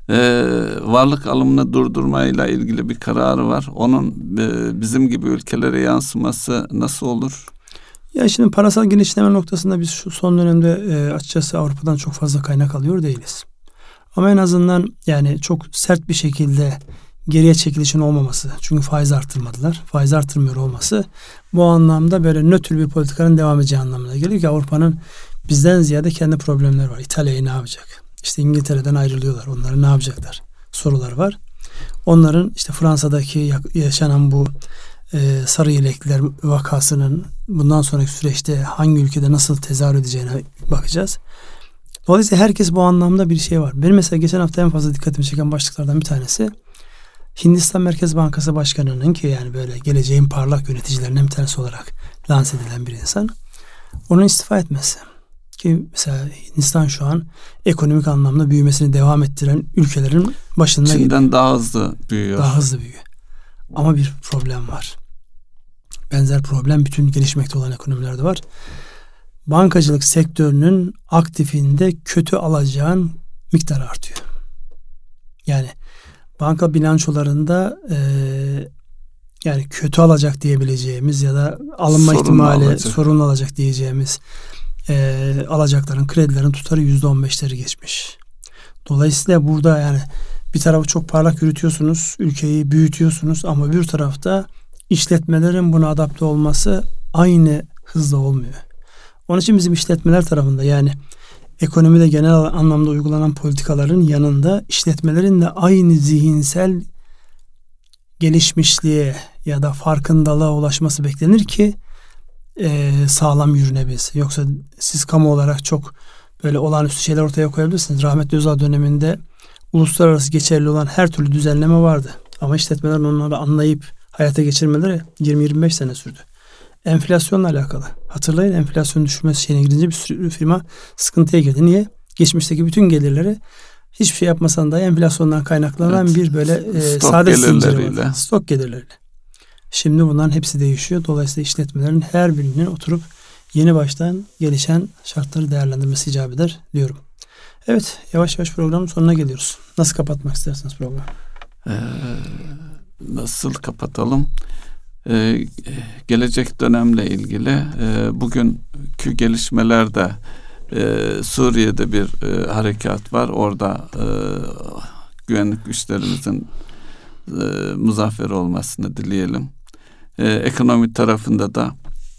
[SPEAKER 2] varlık alımını durdurmayla ilgili bir kararı var. Onun bizim gibi ülkelere yansıması nasıl olur?
[SPEAKER 1] Ya şimdi parasal genişleme noktasında biz şu son dönemde açıkçası Avrupa'dan çok fazla kaynak alıyor değiliz. Ama en azından yani çok sert bir şekilde geriye çekilişin olmaması. Çünkü faiz arttırmadılar. Faiz arttırmıyor olması bu anlamda böyle nötr bir politikanın devam edeceği anlamına geliyor ki Avrupa'nın bizden ziyade kendi problemleri var. İtalya'yı ne yapacak? İşte İngiltere'den ayrılıyorlar. Onları ne yapacaklar? Sorular var. Onların işte Fransa'daki yaşanan bu sarı yelekliler vakasının bundan sonraki süreçte hangi ülkede nasıl tezahür edeceğine bakacağız. Dolayısıyla herkes bu anlamda bir şey var. Benim mesela geçen hafta en fazla dikkatimi çeken başlıklardan bir tanesi Hindistan Merkez Bankası Başkanı'nın, ki yani böyle geleceğin parlak yöneticilerinden bir tanesi olarak lanse edilen bir insan, onun istifa etmesi. Ki mesela Hindistan şu an ekonomik anlamda büyümesini devam ettiren ülkelerin başında.
[SPEAKER 2] Çin'den daha hızlı büyüyor.
[SPEAKER 1] Daha hızlı büyüyor. Ama bir problem var. Benzer problem bütün gelişmekte olan ekonomilerde var. Bankacılık sektörünün aktifinde kötü alacağın miktar artıyor. Yani banka bilançolarında yani kötü alacak diyebileceğimiz ya da alınma ihtimali sorunlu alacak diyeceğimiz alacakların, kredilerin tutarı %15'leri geçmiş. Dolayısıyla burada yani bir tarafı çok parlak yürütüyorsunuz, ülkeyi büyütüyorsunuz ama bir tarafta işletmelerin buna adapte olması aynı hızla olmuyor. Onun için bizim işletmeler tarafında, yani ekonomide genel anlamda uygulanan politikaların yanında işletmelerin de aynı zihinsel gelişmişliğe ya da farkındalığa ulaşması beklenir ki sağlam yürünebilsin. Yoksa siz kamu olarak çok böyle olağanüstü şeyler ortaya koyabilirsiniz. Rahmetli Özal döneminde uluslararası geçerli olan her türlü düzenleme vardı. Ama işletmelerin onları anlayıp hayata geçirmeleri 20-25 sene sürdü. Enflasyonla alakalı. Hatırlayın, enflasyon düşürmesi şeyine girince bir sürü firma sıkıntıya girdi. Niye? Geçmişteki bütün gelirleri hiçbir şey yapmasan da enflasyondan kaynaklanan bir böyle saadet zinciri var. Stok gelirleriyle. Şimdi bunların hepsi değişiyor. Dolayısıyla işletmelerin her birinin oturup yeni baştan gelişen şartları değerlendirmesi icap eder diyorum. Evet, yavaş yavaş programın sonuna geliyoruz. Nasıl kapatmak istersiniz programı?
[SPEAKER 2] Nasıl kapatalım? Gelecek dönemle ilgili bugünkü gelişmelerde Suriye'de bir harekat var. Orada güvenlik güçlerimizin muzaffer olmasını dileyelim. Ekonomi tarafında da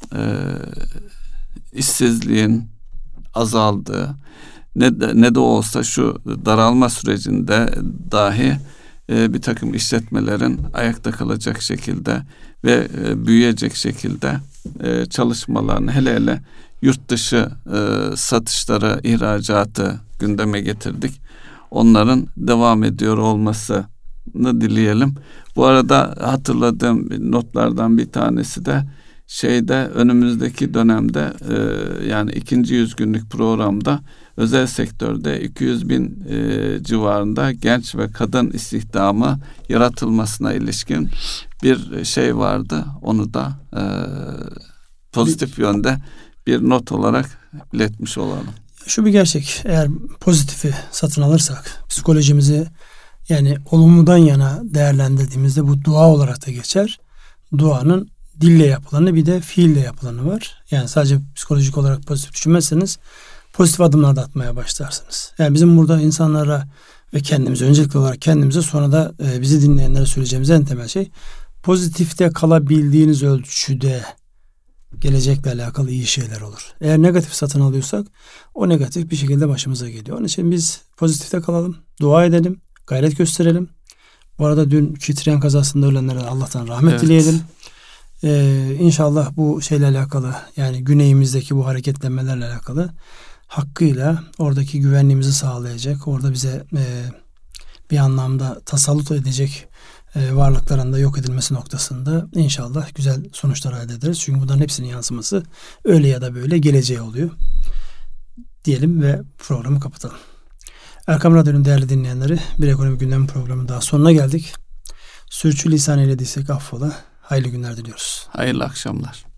[SPEAKER 2] işsizliğin azaldığı, ne de olsa şu daralma sürecinde dahi bir takım işletmelerin ayakta kalacak şekilde ve büyüyecek şekilde çalışmalarını, hele yurt dışı satışları, ihracatı gündeme getirdik. Onların devam ediyor olmasını dileyelim. Bu arada hatırladığım notlardan bir tanesi de önümüzdeki dönemde yani 2. 100 günlük programda özel sektörde 200 bin civarında genç ve kadın istihdamı yaratılmasına ilişkin bir şey vardı. Onu da pozitif yönde bir not olarak iletmiş olalım.
[SPEAKER 1] Şu bir gerçek. Eğer pozitifi satın alırsak, psikolojimizi yani olumludan yana değerlendirdiğimizde bu dua olarak da geçer. Duanın dille yapılanı bir de fiille yapılanı var. Yani sadece psikolojik olarak pozitif düşünmezseniz pozitif adımlar da atmaya başlarsınız. Yani bizim burada insanlara ve kendimize, öncelikli olarak kendimize, sonra da bizi dinleyenlere söyleyeceğimiz en temel şey, pozitifte kalabildiğiniz ölçüde gelecekle alakalı iyi şeyler olur. Eğer negatif satın alıyorsak o negatif bir şekilde başımıza geliyor. Onun için biz pozitifte kalalım, dua edelim, gayret gösterelim. Bu arada dünkü tren kazasında ölenlere Allah'tan rahmet dileyelim. İnşallah bu şeyle alakalı, yani güneyimizdeki bu hareketlenmelerle alakalı hakkıyla oradaki güvenliğimizi sağlayacak, orada bize bir anlamda tasallut edecek varlıkların da yok edilmesi noktasında inşallah güzel sonuçlar elde ederiz. Çünkü bunların hepsinin yansıması öyle ya da böyle geleceğe oluyor. Diyelim ve programı kapatalım. Erkam Radyo'nun değerli dinleyenleri, bir ekonomi gündemi programının daha sonuna geldik. Sürçülisan eylediysek affola. Hayırlı günler diliyoruz.
[SPEAKER 2] Hayırlı akşamlar.